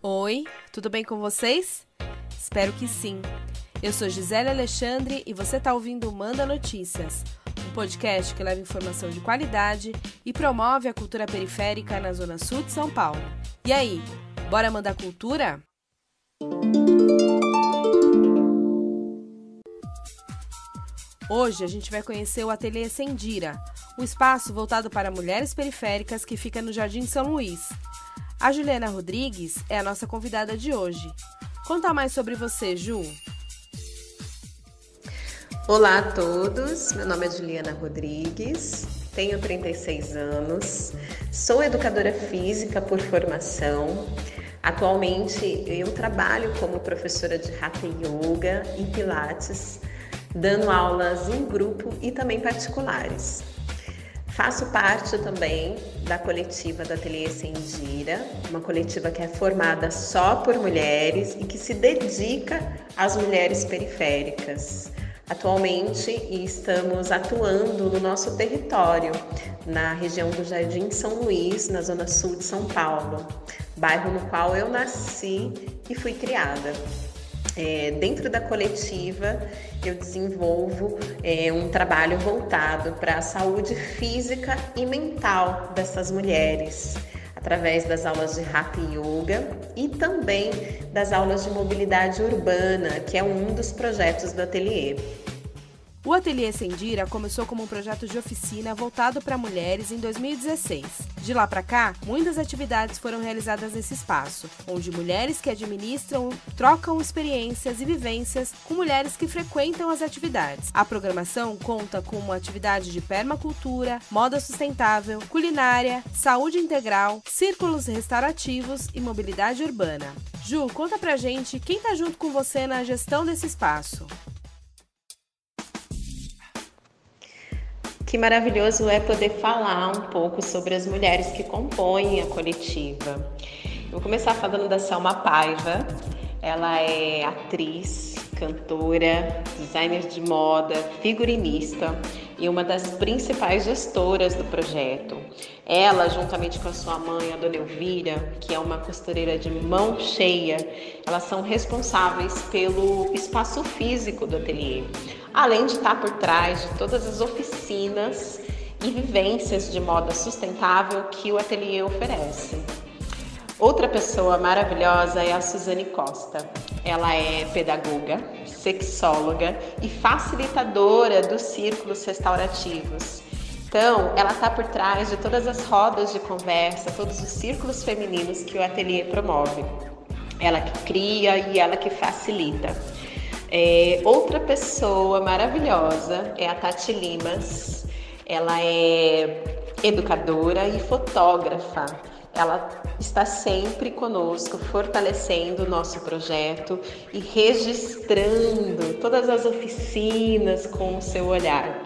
Oi, tudo bem com vocês? Espero que sim. Eu sou Gisele Alexandre e você está ouvindo o Manda Notícias, um podcast que leva informação de qualidade e promove a cultura periférica na Zona Sul de São Paulo. E aí, bora mandar cultura? Hoje a gente vai conhecer o Ateliê Sendira, um espaço voltado para mulheres periféricas que fica no Jardim São Luís. A Juliana Rodrigues é a nossa convidada de hoje. Conta mais sobre você, Ju. Olá a todos, meu nome é Juliana Rodrigues, tenho 36 anos, sou educadora física por formação. Atualmente eu trabalho como professora de Hatha Yoga e Pilates, dando aulas em grupo e também particulares. Faço parte também da coletiva do Ateliê Sendira, uma coletiva que é formada só por mulheres e que se dedica às mulheres periféricas. Atualmente estamos atuando no nosso território, na região do Jardim São Luís, na Zona Sul de São Paulo, bairro no qual eu nasci e fui criada. Dentro da coletiva, eu desenvolvo um trabalho voltado para a saúde física e mental dessas mulheres, através das aulas de Hatha Yoga e também das aulas de mobilidade urbana, que é um dos projetos do ateliê. O Ateliê Sendira começou como um projeto de oficina voltado para mulheres em 2016. De lá para cá, muitas atividades foram realizadas nesse espaço, onde mulheres que administram trocam experiências e vivências com mulheres que frequentam as atividades. A programação conta com uma atividade de permacultura, moda sustentável, culinária, saúde integral, círculos restaurativos e mobilidade urbana. Ju, conta pra gente quem tá junto com você na gestão desse espaço. Que maravilhoso é poder falar um pouco sobre as mulheres que compõem a coletiva. Eu vou começar falando da Selma Paiva. Ela é atriz, cantora, designer de moda, figurinista e uma das principais gestoras do projeto. Ela, juntamente com a sua mãe, a Dona Elvira, que é uma costureira de mão cheia, elas são responsáveis pelo espaço físico do ateliê, além de estar por trás de todas as oficinas e vivências de moda sustentável que o ateliê oferece. Outra pessoa maravilhosa é a Suzane Costa. Ela é pedagoga, sexóloga e facilitadora dos círculos restaurativos. Então, ela está por trás de todas as rodas de conversa, todos os círculos femininos que o ateliê promove. Ela que cria e ela que facilita. Outra pessoa maravilhosa é a Tati Limas. Ela é educadora e fotógrafa. Ela está sempre conosco, fortalecendo o nosso projeto e registrando todas as oficinas com o seu olhar.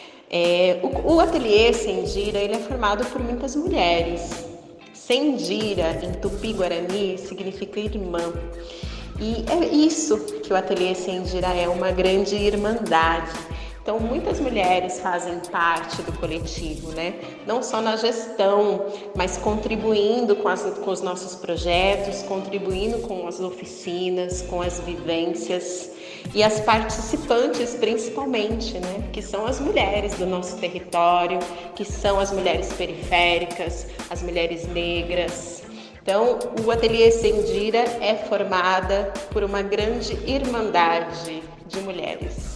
O Ateliê Sendira, ele é formado por muitas mulheres. Sendira, em Tupi-Guarani, significa irmã. E é isso que o Ateliê Sendira é, uma grande irmandade. Então, muitas mulheres fazem parte do coletivo, né? Não só na gestão, mas contribuindo com os nossos projetos, contribuindo com as oficinas, com as vivências e as participantes principalmente, né? Que são as mulheres do nosso território, que são as mulheres periféricas, as mulheres negras. Então, o Ateliê Sendira é formada por uma grande irmandade de mulheres.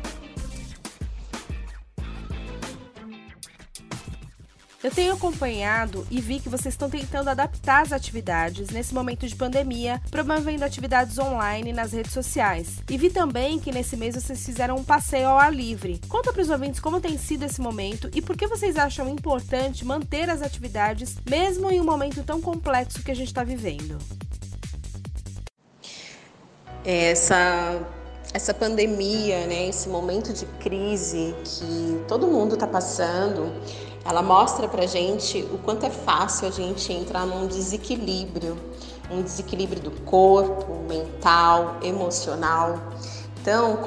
Eu tenho acompanhado e vi que vocês estão tentando adaptar as atividades nesse momento de pandemia, promovendo atividades online nas redes sociais. E vi também que nesse mês vocês fizeram um passeio ao ar livre. Conta para os ouvintes como tem sido esse momento e por que vocês acham importante manter as atividades, mesmo em um momento tão complexo que a gente está vivendo. Essa pandemia, né, esse momento de crise que todo mundo está passando, ela mostra pra gente o quanto é fácil a gente entrar num desequilíbrio, um desequilíbrio do corpo, mental, emocional. Então,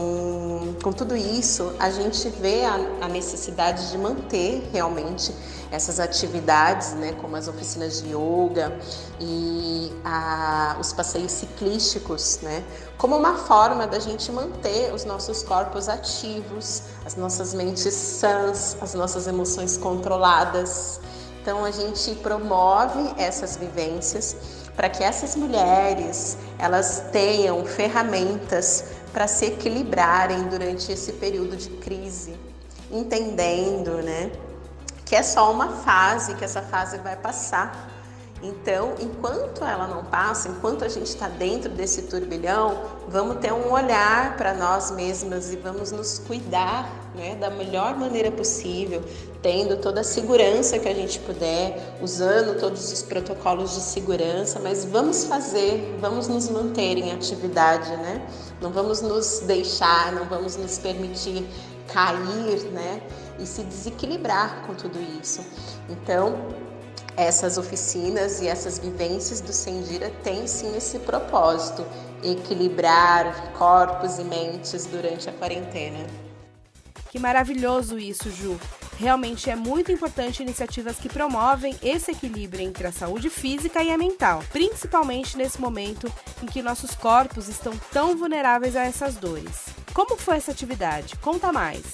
com tudo isso, a gente vê a necessidade de manter realmente essas atividades, né, como as oficinas de yoga e os passeios ciclísticos, né, como uma forma da gente manter os nossos corpos ativos, as nossas mentes sãs, as nossas emoções controladas. Então a gente promove essas vivências para que essas mulheres elas tenham ferramentas para se equilibrarem durante esse período de crise, entendendo, né, que é só uma fase, que essa fase vai passar. Então, enquanto ela não passa, enquanto a gente está dentro desse turbilhão, vamos ter um olhar para nós mesmas e vamos nos cuidar, né, da melhor maneira possível, tendo toda a segurança que a gente puder, usando todos os protocolos de segurança, mas vamos nos manter em atividade, né? Não vamos nos deixar, não vamos nos permitir cair, né, e se desequilibrar com tudo isso. Então, essas oficinas e essas vivências do Sendira têm sim esse propósito, equilibrar corpos e mentes durante a quarentena. Que maravilhoso isso, Ju! Realmente é muito importante iniciativas que promovem esse equilíbrio entre a saúde física e a mental, principalmente nesse momento em que nossos corpos estão tão vulneráveis a essas dores. Como foi essa atividade? Conta mais!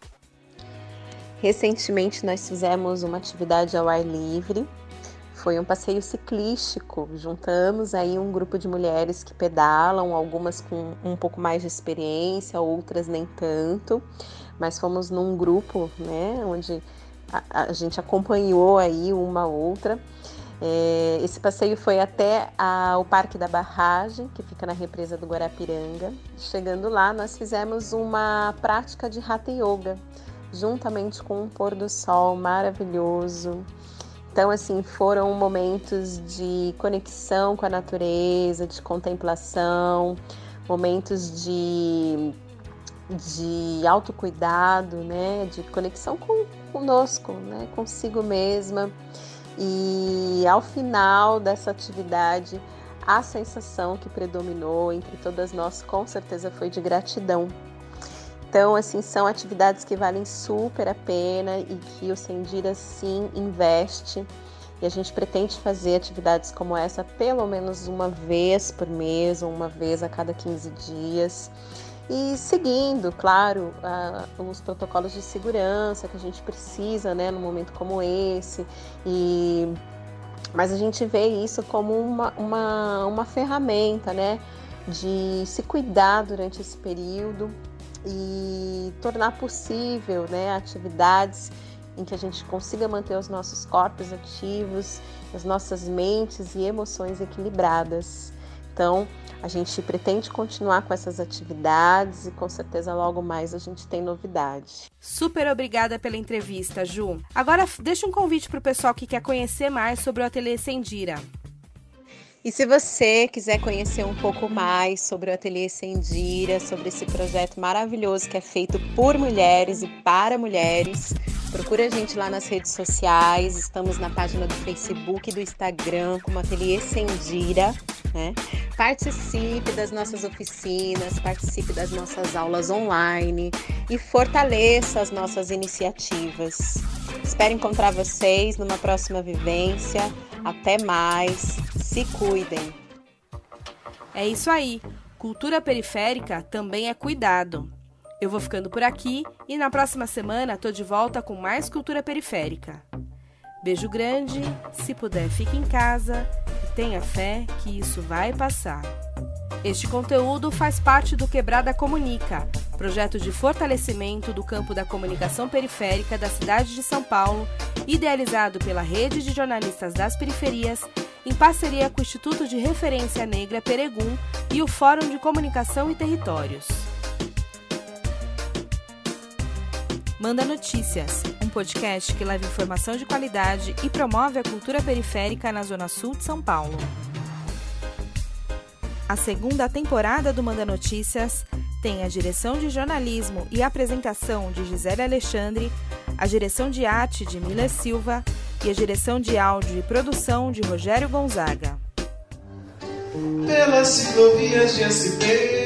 Recentemente nós fizemos uma atividade ao ar livre, foi um passeio ciclístico, juntamos aí um grupo de mulheres que pedalam, algumas com um pouco mais de experiência, outras nem tanto, mas fomos num grupo, né, onde a gente acompanhou aí uma outra. Esse passeio foi até o Parque da Barragem, que fica na represa do Guarapiranga. Chegando lá, nós fizemos uma prática de Hatha Yoga, juntamente com um pôr do sol maravilhoso. Então, assim, foram momentos de conexão com a natureza, de contemplação, momentos de autocuidado, né? De conexão conosco, né? Consigo mesma. E ao final dessa atividade, a sensação que predominou entre todas nós, com certeza, foi de gratidão. Então, assim, são atividades que valem super a pena e que o Sendira, sim, investe. E a gente pretende fazer atividades como essa pelo menos uma vez por mês ou uma vez a cada 15 dias. E seguindo, claro, os protocolos de segurança que a gente precisa, né, num momento como esse. Mas a gente vê isso como uma ferramenta, né, de se cuidar durante esse período e tornar possível, né, atividades em que a gente consiga manter os nossos corpos ativos, as nossas mentes e emoções equilibradas. Então, a gente pretende continuar com essas atividades e com certeza logo mais a gente tem novidade. Super obrigada pela entrevista, Ju. Agora deixa um convite para o pessoal que quer conhecer mais sobre o Ateliê Sendira. E se você quiser conhecer um pouco mais sobre o Ateliê Sendira, sobre esse projeto maravilhoso que é feito por mulheres e para mulheres, procura a gente lá nas redes sociais, estamos na página do Facebook e do Instagram como Ateliê Sendira, né? Participe das nossas oficinas, participe das nossas aulas online e fortaleça as nossas iniciativas. Espero encontrar vocês numa próxima vivência. Até mais, se cuidem. É isso aí, cultura periférica também é cuidado. Eu vou ficando por aqui e na próxima semana tô de volta com mais cultura periférica. Beijo grande, se puder fique em casa e tenha fé que isso vai passar. Este conteúdo faz parte do Quebrada Comunica, projeto de fortalecimento do campo da comunicação periférica da cidade de São Paulo, idealizado pela Rede de Jornalistas das Periferias, em parceria com o Instituto de Referência Negra Peregum e o Fórum de Comunicação e Territórios. Manda Notícias, um podcast que leva informação de qualidade e promove a cultura periférica na Zona Sul de São Paulo. A segunda temporada do Manda Notícias tem a direção de jornalismo e apresentação de Gisele Alexandre, a direção de arte de Miller Silva e a direção de áudio e produção de Rogério Gonzaga. Pelas ciclovias de SP,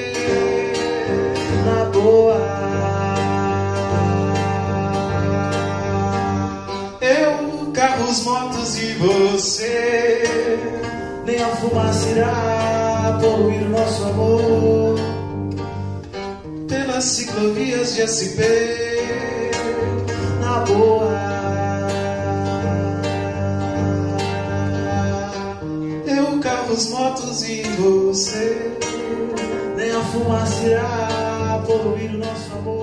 na boa, eu carros, motos e você. Nem a fumaça irá poluir o nosso amor. Pelas ciclovias de SP, na boa. Eu, carros, motos e você. Nem a fumaça irá poluir o nosso amor.